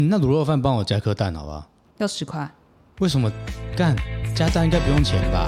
那卤肉饭帮我加颗蛋好不好？ 要10块。 为什么？干加蛋应该不用钱吧？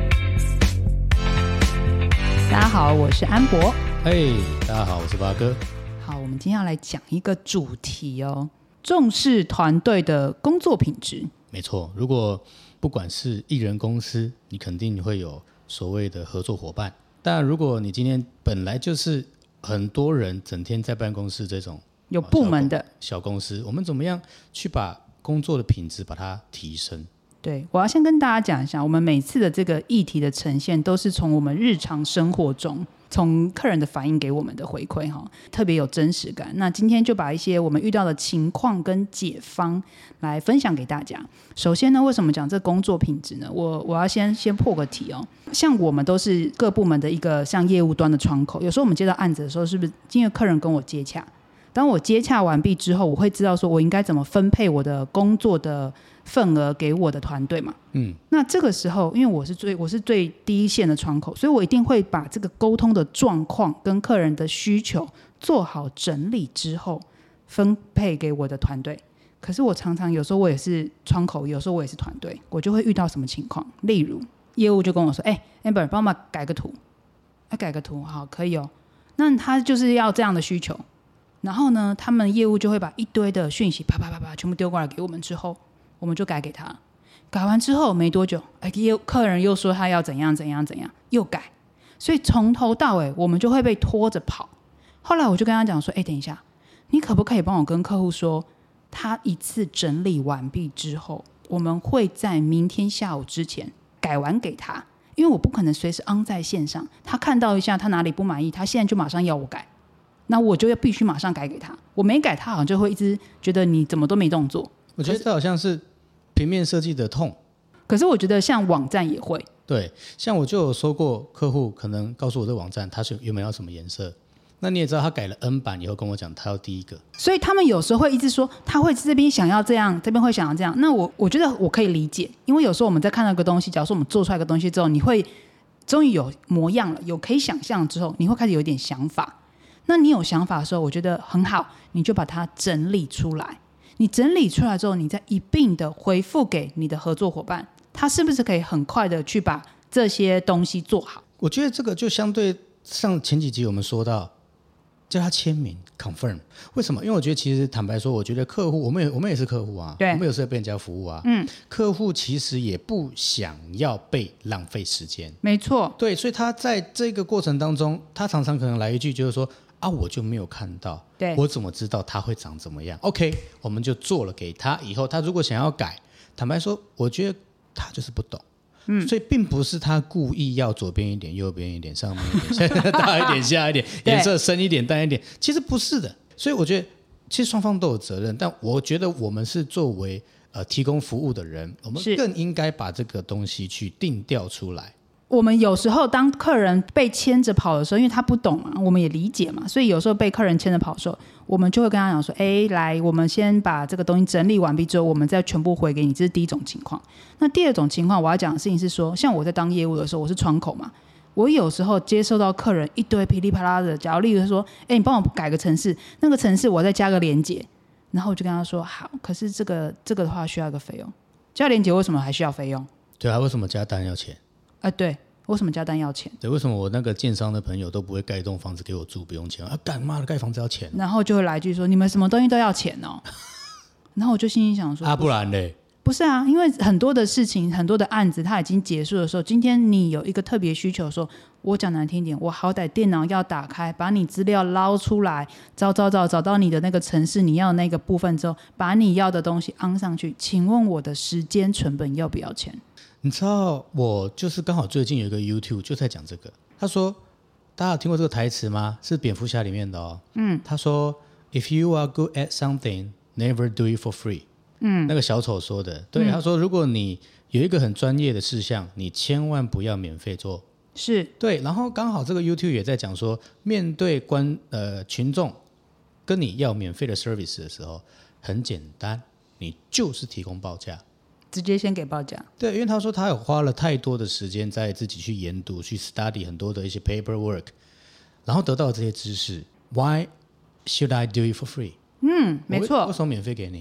大家好，我是安博。 嘿，大家好，我是八哥。 好，我们今天要来讲一个主题哦，重视团队的工作品质。 没错，如果不管是艺人公司，你肯定会有所谓的合作伙伴。但如果你今天本来就是很多人整天在办公室这种有部门的小公司，我们怎么样去把工作的品质把它提升？ 对，我要先跟大家讲一下，我们每次的这个议题的呈现都是从我们日常生活中，从客人的反应给我们的回馈，特别有真实感。那今天就把一些我们遇到的情况跟解方来分享给大家。首先呢，为什么讲这工作品质呢？我要先破个题哦。像我们都是各部门的一个像业务端的窗口，有时候我们接到案子的时候，是不是因为客人跟我接洽，当我接洽完毕之后，我会知道说我应该怎么分配我的工作的份额给我的团队嘛。那这个时候，因为我是最第一线的窗口，所以我一定会把这个沟通的状况跟客人的需求做好整理之后，分配给我的团队。可是我常常有时候我也是窗口，有时候我也是团队，我就会遇到什么情况？例如业务就跟我说：“Amber， 帮我改个图。”改个图，好，可以哦。那他就是要这样的需求。然后呢，他们业务就会把一堆的讯息啪啪啪啪全部丢过来给我们，之后我们就改给他。改完之后没多久，客人又说他要怎样怎样怎样，又改。所以从头到尾我们就会被拖着跑。后来我就跟他讲说：“等一下，你可不可以帮我跟客户说，他一次整理完毕之后，我们会在明天下午之前改完给他，因为我不可能随时 on 在线上，他看到一下他哪里不满意，他现在就马上要我改。”那我就要必须马上改给他，我没改，他好像就会一直觉得你怎么都没动作。 我觉得这好像是平面设计的痛。 可是我觉得像网站也会。 对，像我就有说过，客户可能告诉我这个网站他是原本要什么颜色，那你也知道他改了 N 版以后跟我讲他要第一个， 所以他们有时候会一直说他会这边想要这样，这边会想要这样。那我觉得我可以理解，因为有时候我们在看到一个东西，假如说我们做出来一个东西之后，你会终于有模样了，有可以想象之后，你会开始有一点想法。那你有想法的时候，我觉得很好，你就把它整理出来。你整理出来之后，你再一并的回复给你的合作伙伴，他是不是可以很快的去把这些东西做好？ 我觉得这个就相对上前几集我们说到，叫他签名 confirm。为什么？因为我觉得其实坦白说，我觉得客户我们也是客户啊， 对， 我们有时候被人家服务啊，客户其实也不想要被浪费时间， 没错， 对，所以他在这个过程当中，他常常可能来一句就是说。我就没有看到， 对， 我怎么知道他会长怎么样 ？OK， 我们就做了给他，以后他如果想要改，坦白说，我觉得他就是不懂，所以并不是他故意要左边一点、右边一点、上面一点、大一点、下一点、颜色深一点、淡一点，其实不是的。所以我觉得，其实双方都有责任，但我觉得我们是作为提供服务的人，我们更应该把这个东西去定调出来。 我们有时候当客人被牵着跑的时候，因为他不懂嘛，我们也理解嘛，所以有时候被客人牵着跑的时候，我们就会跟他讲说：“来，我们先把这个东西整理完毕之后，我们再全部回给你。”这是第一种情况。那第二种情况，我要讲的事情是说，像我在当业务的时候，我是窗口嘛，我有时候接收到客人一堆噼里啪啦的，假如例如说：“你帮我改个程式，那个程式我再加个连结。”然后我就跟他说：“好，可是这个的话需要一个费用，加连结为什么还需要费用？” 对啊，为什么加单要钱？ 对，为什么加单要钱？ 对，为什么我那个建商的朋友都不会盖一栋房子给我住，不用钱啊？干妈的盖房子要钱， 然后就会来一句说：“你们什么东西都要钱哦。”然后我就心里想说：“ 不然嘞？ 不是啊，因为很多的事情，很多的案子，它已经结束的时候，今天你有一个特别需求的时候，我讲难听一点，我好歹电脑要打开，把你资料捞出来，找到你的那个程式，你要的那个部分之后，把你要的东西安上去。请问我的时间成本要不要钱？” 你知道我就是刚好最近有一个 YouTube 就在讲这个，他说大家有听过这个台词吗？是蝙蝠侠里面的哦。他说 If you are good at something, never do it for free。那个小丑说的，对，他说如果你有一个很专业的事项，你千万不要免费做。 是对，然后刚好这个 YouTube 也在讲说，面对群众跟你要免费的 service 的时候，很简单，你就是提供报价。 直接先给报价。 对，因为他说他有花了太多的时间在自己去研读、去 study 很多的一些 paperwork， 然后得到这些知识。Why should I do it for free？ 没错。 为什么免费给你？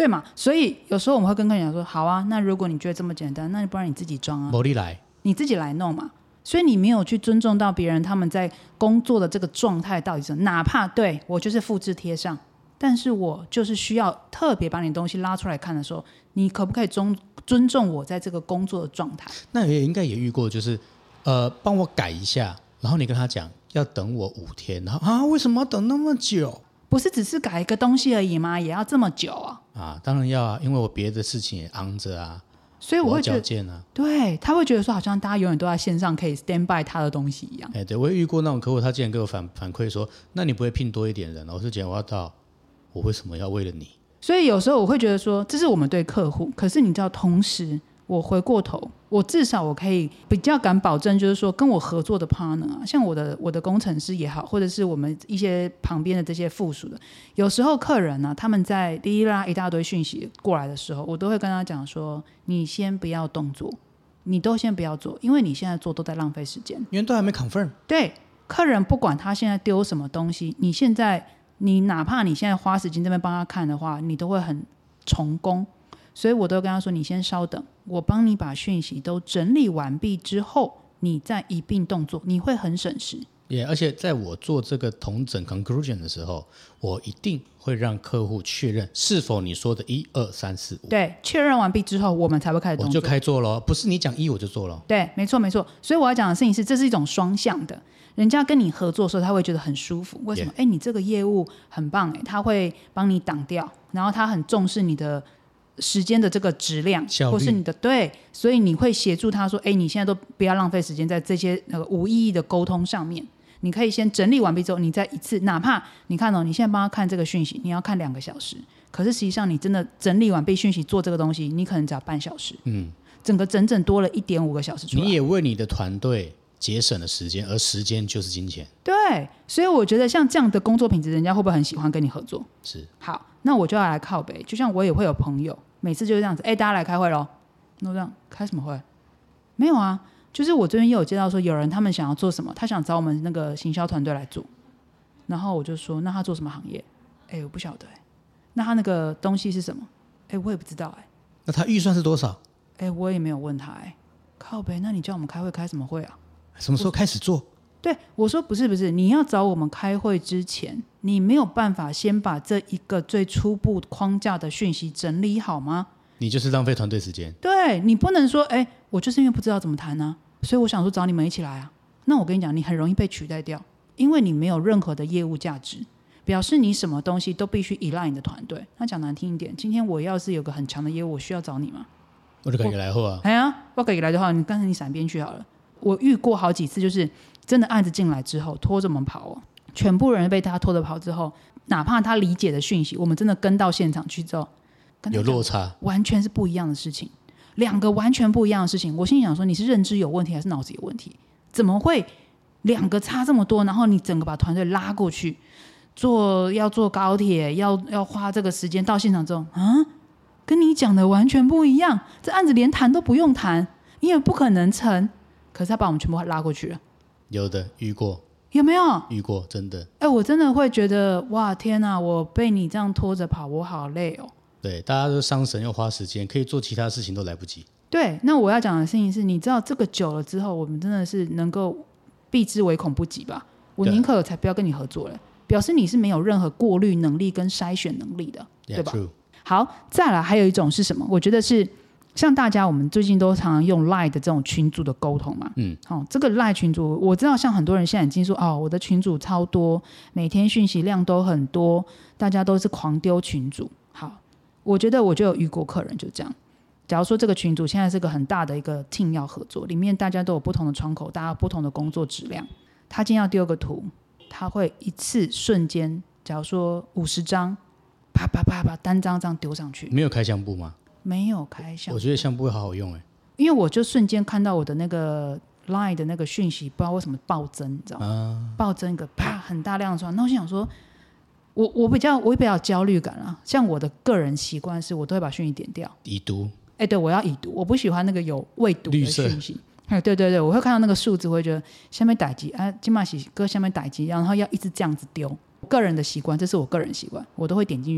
对嘛？所以有时候我们会跟客人讲说，好啊，那如果你觉得这么简单，那不然你自己装啊， 没你来， 你自己来弄嘛。所以你没有去尊重到别人他们在工作的这个状态到底是什么，哪怕对我就是复制贴上，但是我就是需要特别把你的东西拉出来看的时候，你可不可以尊重我在这个工作的状态？ 那也应该也遇过，就是帮我改一下，然后你跟他讲要等我5天，然后啊为什么要等那么久？ 不是只是改一个东西而已吗？也要这么久啊？ 啊，当然要啊，因为我别的事情也昂着啊， 所以我会觉得， 要交件啊。 对，他会觉得说，好像大家永远都在线上可以 stand by 他的东西一样。 对，我也遇过那种客户，他竟然给我反馈说，那你不会聘多一点人？我是讲我要到，我为什么要为了你？ 所以有时候我会觉得说，这是我们对客户，可是你知道，同时我回过头，我至少我可以比较敢保证，就是说跟我合作的 partner 啊，像我的工程师也好，或者是我们一些旁边的这些附属的，有时候客人呢、他们在滴滴拉一大堆讯息过来的时候，我都会跟他讲说，你先不要动作，你都先不要做，因为你现在做都在浪费时间， 因为都还没 confirm。 对，客人不管他现在丢什么东西，你哪怕你现在花时间这边帮他看的话，你都会很重工。所以我都跟他说，你先稍等，我帮你把讯息都整理完毕之后，你再一并动作，你会很省时。 而且在我做这个统整 conclusion 的时候，我一定会让客户确认是否你说的1、2、3、4、5。 对，确认完毕之后，我们才会开始动作。 我就开做咯，不是你讲1我就做咯。 对，没错没错。所以我要讲的事情是，这是一种双向的。人家跟你合作的时候，他会觉得很舒服。为什么？你这个业务很棒，他会帮你挡掉，然后他很重视你的时间的这个质量，或是你的对，所以你会协助他说，你现在都不要浪费时间在这些无意义的沟通上面。你可以先整理完毕之后，你再一次，哪怕你看你现在帮他看这个讯息，你要看2个小时，可是实际上你真的整理完毕讯息做这个东西，你可能只要半小时，整个整整多了1.5个小时出来。 你也为你的团队节省了时间，而时间就是金钱。 对，所以我觉得像这样的工作品质，人家会不会很喜欢跟你合作？ 是。 好，那我就要来靠北。就像我也会有朋友，每次就是这样子，大家来开会咯。那这样开什么会？没有啊，就是我这边也有接到说，有人他们想要做什么，他想找我们那个行销团队来做，然后我就说，那他做什么行业？我不晓得那他那个东西是什么？我也不知道那他预算是多少？ 我也没有问他靠北，那你叫我们开会开什么会啊？ 什么时候开始做？ 对，我说不是，你要找我们开会之前，你没有办法先把这一个最初步框架的讯息整理好吗？ 你就是浪费团队时间。 对，你不能说我就是因为不知道怎么谈啊，所以我想说找你们一起来啊。那我跟你讲，你很容易被取代掉，因为你没有任何的业务价值，表示你什么东西都必须依赖你的团队。那讲难听一点，今天我要是有个很强的业务，我需要找你吗？ 我就可以来后啊。 我可以来的话，你刚才你闪边去好了。我遇过好几次，就是真的案子进来之后拖着我们跑全部人被他拖着跑之后，哪怕他理解的讯息，我们真的跟到现场去之后， 有落差， 完全是不一样的事情，2个完全不一样的事情。我心里想说，你是认知有问题还是脑子有问题？怎么会2个差这么多？然后你整个把团队拉过去，要坐高铁，要花这个时间到现场之后，跟你讲的完全不一样。这案子连谈都不用谈，因为不可能成。可是他把我们全部拉过去了。 有的遇过， 有没有遇过？真的。 我真的会觉得哇，天哪！我被你这样拖着跑，我好累哦。 对，大家都伤神又花时间，可以做其他事情都来不及。 对，那我要讲的事情是，你知道这个久了之后，我们真的是能够避之唯恐不及吧？我宁可才不要跟你合作了，表示你是没有任何过滤能力跟筛选能力的，对吧？ True。 好，再来还有一种是什么？我觉得是像大家我们最近都常常用 LINE 的这种群组的沟通嘛，这个 LINE 群组，我知道像很多人现在已经说我的群组超多，每天讯息量都很多，大家都是狂丢群组。好，我觉得我就有遇过客人就这样，假如说这个群组现在是个很大的一个 team 要合作，里面大家都有不同的窗口，大家有不同的工作质量，他今天要丢个图，他会一次瞬间，假如说50张，啪啪啪啪单张这样丢上去。 没有开相簿吗？ 没有开相簿。 我觉得相簿会好好用因为我就瞬间看到我的那个 LINE 的那个讯息，不知道为什么暴增，你知道吗？暴增一个啪很大量的出来，那我想说，我比较焦虑感啊。像我的个人习惯是，我都会把讯息点掉， 已读。 对，我要已读，我不喜欢那个有未读的讯息。对，我会看到那个数字，我会觉得下面打击今嘛是搁下面打击，然后要一直这样子丢。个人的习惯，这是我个人习惯，我都会点进去看。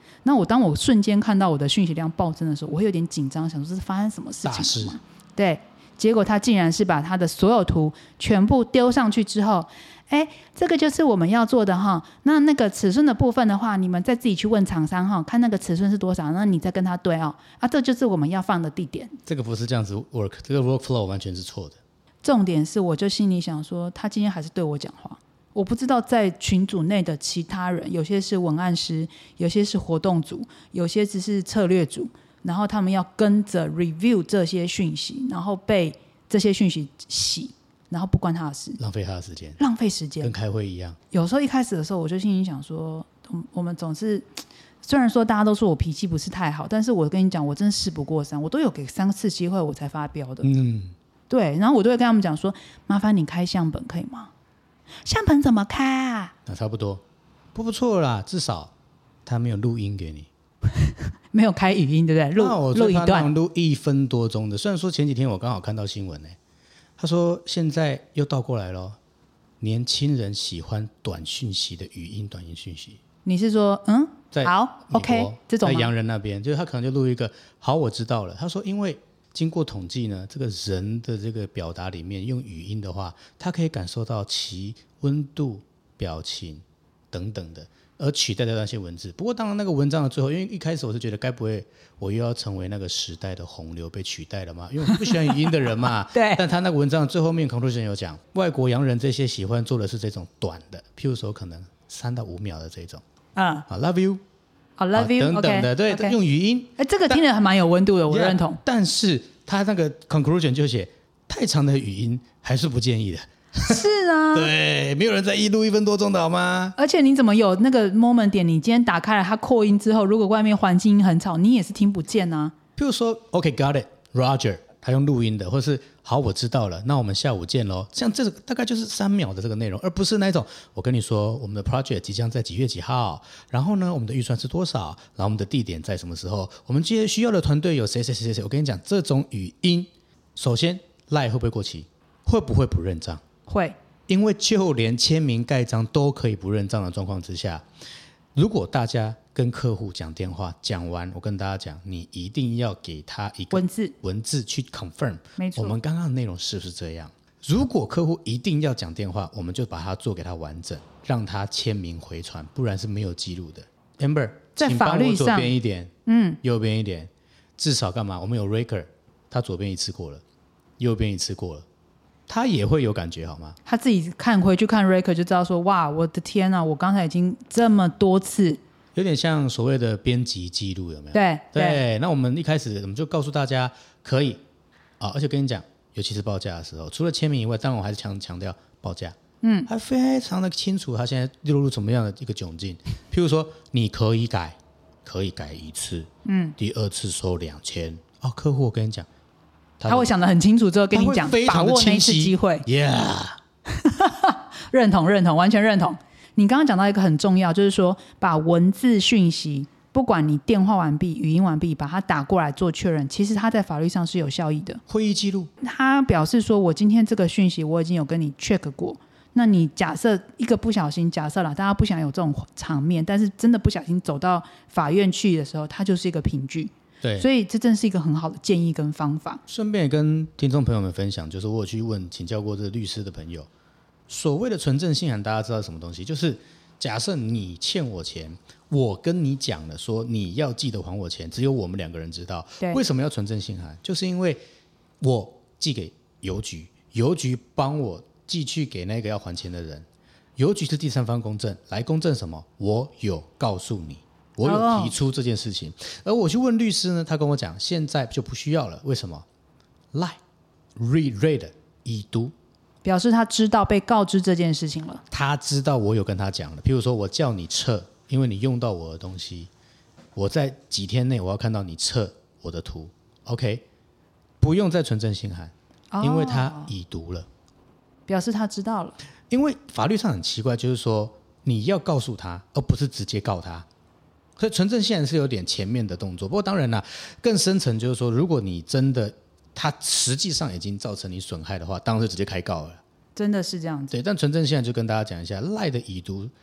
那当我瞬间看到我的讯息量暴增的时候，我会有点紧张，想说这是发生什么事情了吗？对，结果他竟然是把他的所有图全部丢上去之后，这个就是我们要做的哈。那个尺寸的部分的话，你们再自己去问厂商哈，看那个尺寸是多少，那你再跟他对哦。这就是我们要放的地点。 这个不是这样子 work， 这个 workflow 完全是错的。 重点是，我就心里想说，他今天还是对我讲话。我不知道在群组内的其他人，有些是文案师，有些是活动组，有些只是策略组，然后他们要跟着 review 这些讯息，然后被这些讯息洗，然后不关他的事， 浪费他的时间， 浪费时间， 跟开会一样。 有时候一开始的时候，我就心里想说，我们总是，虽然说大家都说我脾气不是太好，但是我跟你讲，我真的事不过三，我都有给3次机会我才发飙的。对，然后我都会跟他们讲说，麻烦你开相本可以吗？相本怎么开啊？ 那差不多，不错啦，至少他没有录音给你， 没有开语音，对不对？录一段， 录1分多钟的。虽然说前几天我刚好看到新闻他说现在又倒过来了，年轻人喜欢短讯息的语音短音讯息。 你是说， 在好 ，OK， 这种在洋人那边，就是他可能就录一个，好，我知道了。他说，因为经过统计呢，这个人的这个表达里面用语音的话，他可以感受到其温度、表情等等的，而取代掉那些文字。不过当然那个文章的最后，因为一开始我是觉得该不会我又要成为那个时代的洪流被取代了吗？因为我不喜欢语音的人嘛。 对。 但他那个文章的最后面 conclusion 有讲，外国洋人这些喜欢做的是这种短的，譬如说可能3到5秒的这种。love you。love you 等等的，对，用语音， 这个听着还蛮有温度的，我认同。 但是他那个 conclusion 就写太长的语音还是不建议的。 是啊， 对，没有人在意录1分多钟的好吗？ 而且你怎么有那个 moment 点？你今天打开了它扩音之后，如果外面环境音很吵，你也是听不见啊。 譬如说 OK got it Roger， 他用录音的，或是好我知道了，那我们下午见咯。像这个大概就是3秒的这个内容，而不是那种我跟你说我们的 project 即将在几月几号，然后呢我们的预算是多少，然后我们的地点在什么时候，我们接下需要的团队有谁谁谁谁。我跟你讲，这种语音，首先 LINE 会不会过期？会不会不认账？ 会， 因为就连签名盖章都可以不认账的状况之下，如果大家跟客户讲电话讲完，我跟大家讲，你一定要给他一个文字去 confirm， 没错， 我们刚刚的内容是不是这样？如果客户一定要讲电话，我们就把它做给他完整，让他签名回传，不然是没有记录的。Amber， 在请法律上， 帮我左边一点，右边一点，至少干嘛？我们有 Raker， 他左边1次过了，右边1次过了。他也会有感觉好吗？ 他自己回去看 Raker 就知道说，哇，我的天啊，我刚才已经这么多次， 有点像所谓的编辑记录，有没有？ 对。 那我们一开始我们就告诉大家可以而且跟你讲，尤其是报价的时候，除了签名以外，当然我还是强调报价。还非常的清楚，他现在落入什么样的一个窘境。譬如说，你可以改1次，第2次收2000。客户我跟你讲。 他会想得很清楚之后跟你讲，把握那一次机会。认同，完全认同。你刚刚讲到一个很重要，就是说把文字讯息，不管你电话完毕、语音完毕，把它打过来做确认，其实它在法律上是有效益的。 会议记录， 他表示说，我今天这个讯息我已经有跟你 check 过。那你假设一个不小心，假设啦，大家不想有这种场面，但是真的不小心走到法院去的时候，它就是一个凭据。 对， 所以这真是一个很好的建议跟方法。 顺便也跟听众朋友们分享，就是我有去请教过这个律师的朋友，所谓的存证信函，大家知道什么东西？就是假设你欠我钱，我跟你讲了说你要记得还我钱，只有我们2个人知道。为什么要存证信函？就是因为我寄给邮局，邮局帮我寄去给那个要还钱的人，邮局是第三方公证，来公证什么？我有告诉你。我有提出这件事情，而我去问律师呢，他跟我讲现在就不需要了。为什么 ？Lie, read 已读， 表示他知道被告知这件事情了。 他知道我有跟他讲了。譬如说我叫你撤，因为你用到我的东西，我在几天内我要看到你撤我的图 ，OK， 不用再存证信函，因为他已读了， 表示他知道了。 因为法律上很奇怪，就是说你要告诉他，而不是直接告他。所以存证信函是有点前面的动作，不过当然啦，更深层就是说，如果你真的它实际上已经造成你损害的话，当然是直接开告了。 真的是这样子。 对，但存证信函就跟大家讲一下，赖的已读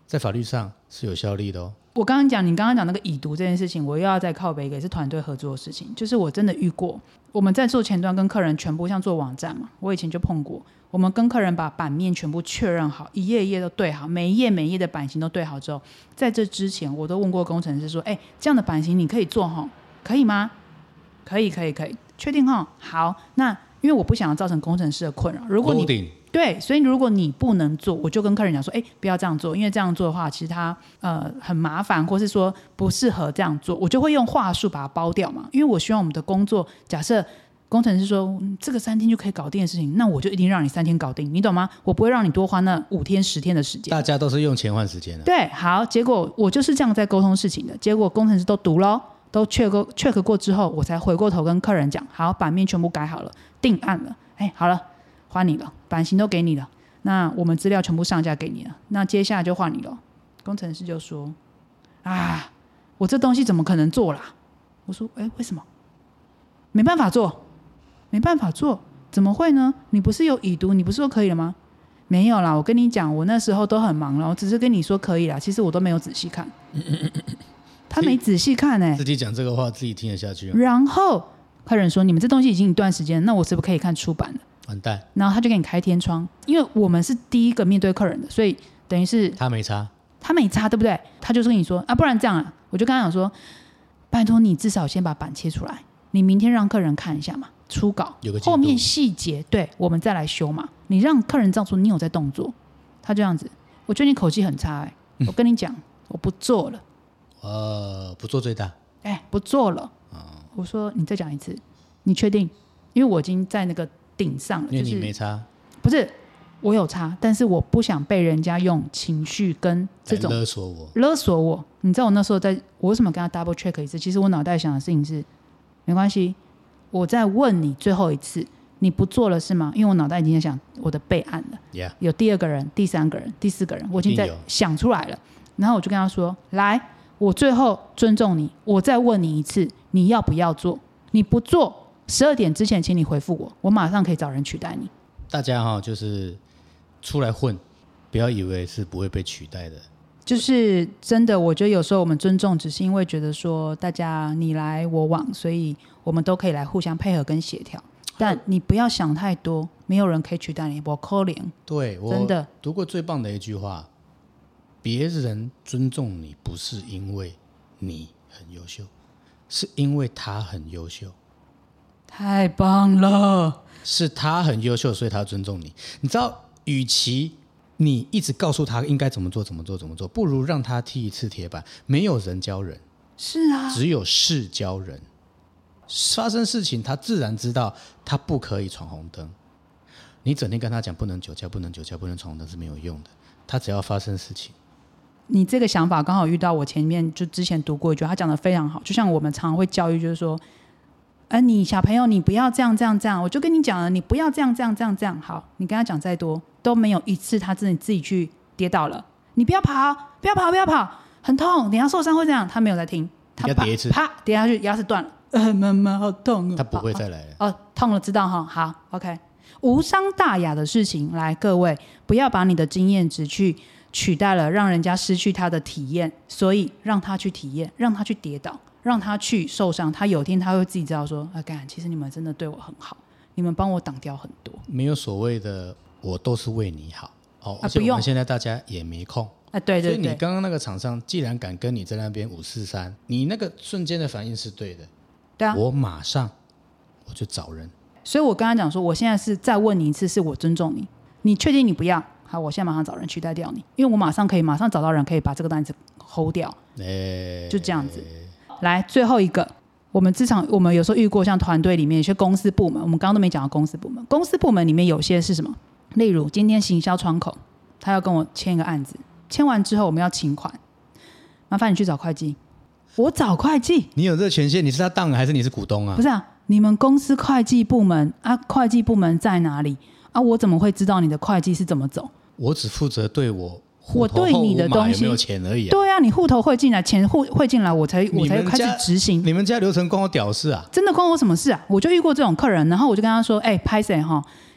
在法律上是有效力的哦。 我刚刚讲，你刚刚讲那个已读这件事情，我又要再靠北一个，也是团队合作的事情。就是我真的遇过，我们在做前端跟客人全部像做网站嘛，我以前就碰过。我们跟客人把版面全部确认好，一页一页都对好，每一页每一页的版型都对好之后，在这之前我都问过工程师说：“哎，这样的版型你可以做哈，可以吗？可以，确定哈？好，那因为我不想要造成工程师的困扰，如果你对，所以如果你不能做，我就跟客人讲说，不要这样做，因为这样做的话，其实它很麻烦，或是说不适合这样做，我就会用话术把它包掉嘛。因为我希望我们的工作，假设工程师说这个3天就可以搞定的事情，那我就一定让你3天搞定，你懂吗？我不会让你多花那5天10天的时间。 大家都是用钱换时间的。 对，好，结果我就是这样在沟通事情的，结果工程师都读咯，都 check 过之后，我才回过头跟客人讲，好，版面全部改好了，定案了，好了。换你了，版型都给你了，那我们资料全部上架给你了，那接下来就换你了。工程师就说：“啊，我这东西怎么可能做啦？”我说：“为什么？没办法做，没办法做，怎么会呢？你不是有已读，你不是说可以了吗？没有啦，我跟你讲，我那时候都很忙了，我只是跟你说可以啦，其实我都没有仔细看。他没仔细看自己讲这个话自己听得下去。 然后客人说：你们这东西已经一段时间，那我是不是可以看出版了？” 完蛋， 然后他就给你开天窗，因为我们是第一个面对客人的，所以等于是他没差， 对不对？他就是跟你说啊，不然这样啊，我就跟他讲说，拜托你至少先把版切出来，你明天让客人看一下嘛，初稿有个进度， 后面细节对我们再来修嘛，你让客人知道说你有在动作。他这样子，我觉得你口气很差我跟你讲，我不做了。 不做最大。 不做了。我说你再讲一次，你确定？因为我已经在那个顶上了， 因为你没差， 不是我有差，但是我不想被人家用情绪跟这种勒索我。你知道我那时候我为什么跟他 double check 一次？其实我脑袋想的事情是，没关系，我再问你最后一次，你不做了是吗？因为我脑袋已经在想我的备案了，有第2个人、第3个人、第4个人，我已经在想出来了。然后我就跟他说：“来，我最后尊重你，我再问你一次，你要不要做？你不做。12点之前请你回复我，我马上可以找人取代你。” 大家就是出来混，不要以为是不会被取代的。 就是真的，我觉得有时候我们尊重只是因为觉得说大家你来我往，所以我们都可以来互相配合跟协调。但你不要想太多，没有人可以取代你，我可怜。 对，我真的读过最棒的一句话，别人尊重你不是因为你很优秀，是因为他很优秀。 太棒了， 是他很优秀，所以他尊重你。你知道，与其你一直告诉他应该怎么做，不如让他踢一次铁板。没有人教人， 是啊， 只有事教人。发生事情，他自然知道他不可以闯红灯。你整天跟他讲不能酒驾，不能闯红灯是没有用的。他只要发生事情。 你这个想法刚好遇到我前面就之前读过一句，他讲的非常好。就像我们常会教育，就是说。你小朋友，你不要这样，我就跟你讲了，你不要这样。好，你跟他讲再多，都没有一次他自己去跌倒了。你不要跑，很痛，等一下受伤会这样。他没有在听，他跌一次， 啪跌下去，牙齿断了。妈妈好痛他不会再来了。 痛了知道哈，好 ，OK， 无伤大雅的事情，来各位不要把你的经验值去取代了，让人家失去他的体验，所以让他去体验，让他去跌倒。让他去受伤，他有一天他会自己知道说，其实你们真的对我很好，你们帮我挡掉很多。 没有所谓的我都是为你好而且我们现在大家也没空对， 所以你刚刚那个厂商既然敢跟你在那边543，你那个瞬间的反应是对的。 对啊， 我马上我就找人。 所以我跟他讲说，我现在是再问你一次，是我尊重你，你确定你不要？好，我现在马上找人取代掉你，因为我马上找到人可以把这个单子 hold 掉，就这样子。来，最后一个，我们有时候遇过像团队里面有些公司部门，我们刚刚都没讲到公司部门。公司部门里面有些是什么？例如今天行销窗口，他要跟我签一个案子，签完之后我们要请款，麻烦你去找会计。我找会计？ 你有这个权限？你是他当还是你是股东啊？ 不是啊，你们公司会计部门会计部门在哪里我怎么会知道你的会计是怎么走？ 我只负责对我对你的东西有没有钱而已对啊，你户头汇进来，钱汇进来，我才开始执行。 你们家流程关我屌事啊？ 真的关我什么事啊？我就遇过这种客人，然后我就跟他说：“拍谁哈？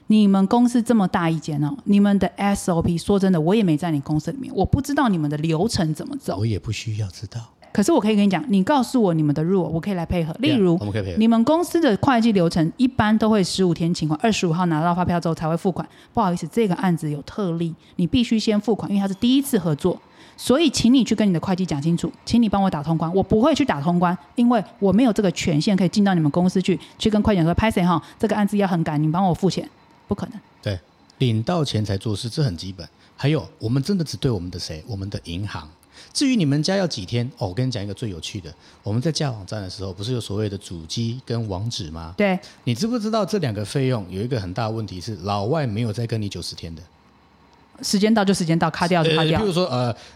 你们公司这么大一间哦，你们的 SOP 说真的，我也没在你公司里面，我不知道你们的流程怎么走。 我也不需要知道。 可是我可以跟你讲，你告诉我你们的 rule， 我可以来配合。例如， 我们可以配合。 你们公司的会计流程一般都会15天请款，25号拿到发票之后才会付款。不好意思，这个案子有特例，你必须先付款，因为它是第一次合作。所以，请你去跟你的会计讲清楚，请你帮我打通关。我不会去打通关，因为我没有这个权限可以进到你们公司去跟会计讲说，拍谁哈，这个案子要很赶，你帮我付钱，不可能。 对，领到钱才做事，这很基本。还有，我们真的只对我们的谁？我们的银行。至于你们家要几天，我跟你讲一个最有趣的，我们在架网站的时候，不是有所谓的主机跟网址吗？ 对， 你知不知道这两个费用有一个很大的问题是，老外没有再跟你90天的。 时间到就时间到，卡掉就卡掉。 比如说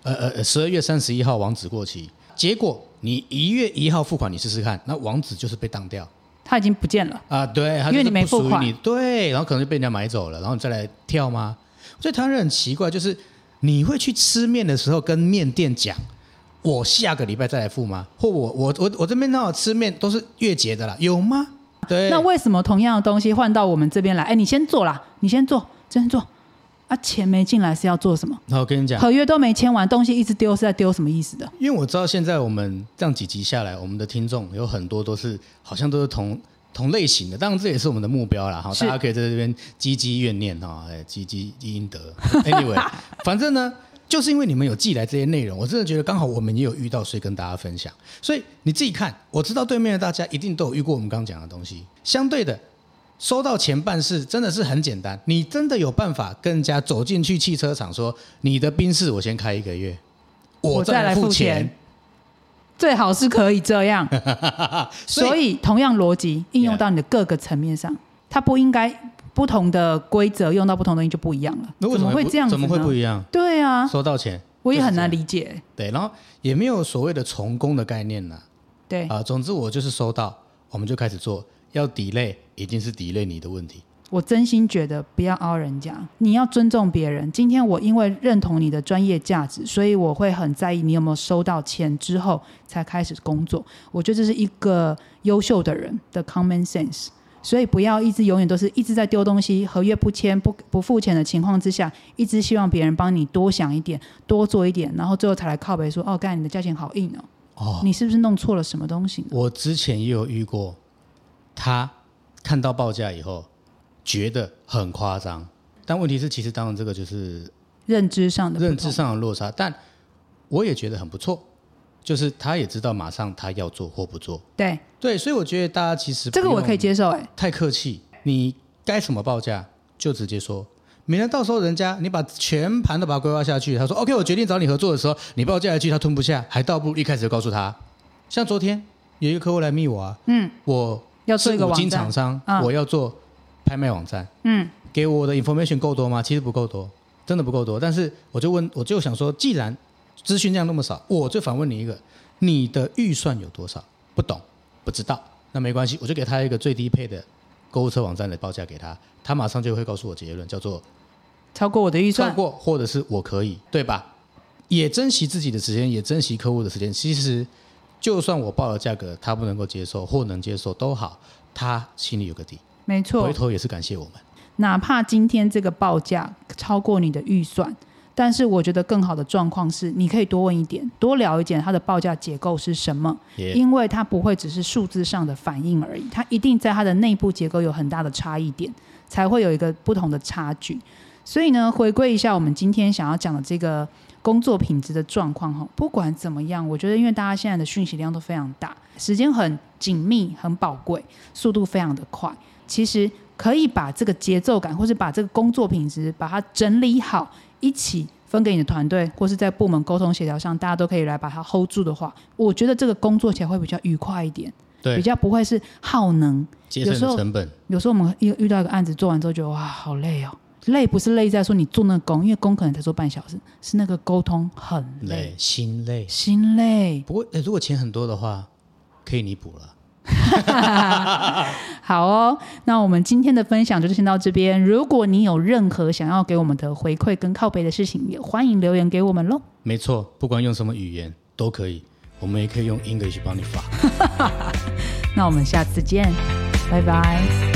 12月31号网址过期，结果你1月1号付款，你试试看，那网址就是被当掉， 它已经不见了啊，对，它因为你没付款， 对，然后可能就被人家买走了，然后你再来跳吗？所以台湾人很奇怪，就是你会去吃面的时候跟面店讲，我下个礼拜再来付吗？或我这边刚好吃面都是月结的啦，有吗？对， 那为什么同样的东西换到我们这边来？哎，你先做啦，你先做，先做。啊，钱没进来是要做什么？ 那我跟你讲， 合约都没签完，东西一直丢是在丢什么意思的？ 因为我知道现在我们这样几集下来，我们的听众有很多都是好像都是同类型的，当然这也是我们的目标啦。大家可以在这边积积怨念哈，积阴德。Anyway， 反正呢，就是因为你们有寄来这些内容，我真的觉得刚好我们也有遇到，所以跟大家分享。所以你自己看，我知道对面的大家一定都有遇过我们刚刚讲的东西。相对的，收到钱办事真的是很简单，你真的有办法跟人家走进去汽车厂说，你的宾士我先开1个月，我再来付钱。 最好是可以这样。所以同样逻辑应用到你的各个层面上，它不应该不同的规则用到不同的东西就不一样了。怎么会这样子呢？ 怎么会不一样？ 对啊， 收到钱我也很难理解。 对，然后也没有所谓的从工的概念啦。 对总之我就是收到，我们就开始做。要 delay 一定是 delay 你的问题。 我真心觉得不要凹人家，你要尊重别人。今天我因为认同你的专业价值，所以我会很在意你有没有收到钱之后才开始工作。我觉得这是一个优秀的人的 common sense。所以不要永远都是一直在丢东西，合约不签不付钱的情况之下，一直希望别人帮你多想一点多做一点，然后最后才来靠北说，哦干，你的价钱好硬哦，你是不是弄错了什么东西呢？ 我之前也有遇过，他看到报价以后觉得很夸张，但问题是其实当然这个就是认知上的落差，但我也觉得很不错，就是他也知道马上他要做或不做。 对， 所以我觉得大家其实这个我可以接受。 太客气，你该什么报价就直接说，免得到时候人家你把全盘都把它规划下去，他说 OK 我决定找你合作的时候，你报价一句他吞不下，还倒不如一开始就告诉他。像昨天有一个客户来密我啊，我要做一个网站， 是5金厂商，我要做拍卖网站，给我的 information 够多吗？其实不够多，真的不够多。但是我就想说，既然资讯量那么少，我就反问你一个，你的预算有多少？不懂，不知道，那没关系，我就给他一个最低配的购物车网站的报价给他，他马上就会告诉我结论，叫做超过我的预算， 超过或者是我可以，对吧？也珍惜自己的时间，也珍惜客户的时间。其实就算我报的价格他不能够接受或能接受都好，他心里有个底， 没错， 回头也是感谢我们。 哪怕今天这个报价超过你的预算，但是我觉得更好的状况是，你可以多问一点，多聊一点，它的报价结构是什么，因为它不会只是数字上的反应而已，它一定在它的内部结构有很大的差异点，才会有一个不同的差距。所以呢，回归一下我们今天想要讲的这个工作品质的状况，不管怎么样，我觉得因为大家现在的讯息量都非常大，时间很紧密很宝贵，速度非常的快，其实可以把这个节奏感或是把这个工作品质把它整理好，一起分给你的团队，或是在部门沟通协调上大家都可以来把它 hold 住的话，我觉得这个工作起来会比较愉快一点， 对， 比较不会是耗能， 节省成本。 有时候我们遇到一个案子做完之后觉得哇好累哦，累不是累在说你做那个工，因为工可能才做半小时，是那个沟通很累，心累。 不过如果钱很多的话可以弥补了。 好哦，那我们今天的分享就先到这边，如果你有任何想要给我们的回馈跟靠北的事情，也欢迎留言给我们咯。 没错，不管用什么语言都可以，我们也可以用 English 帮你发。 那我们下次见，拜拜。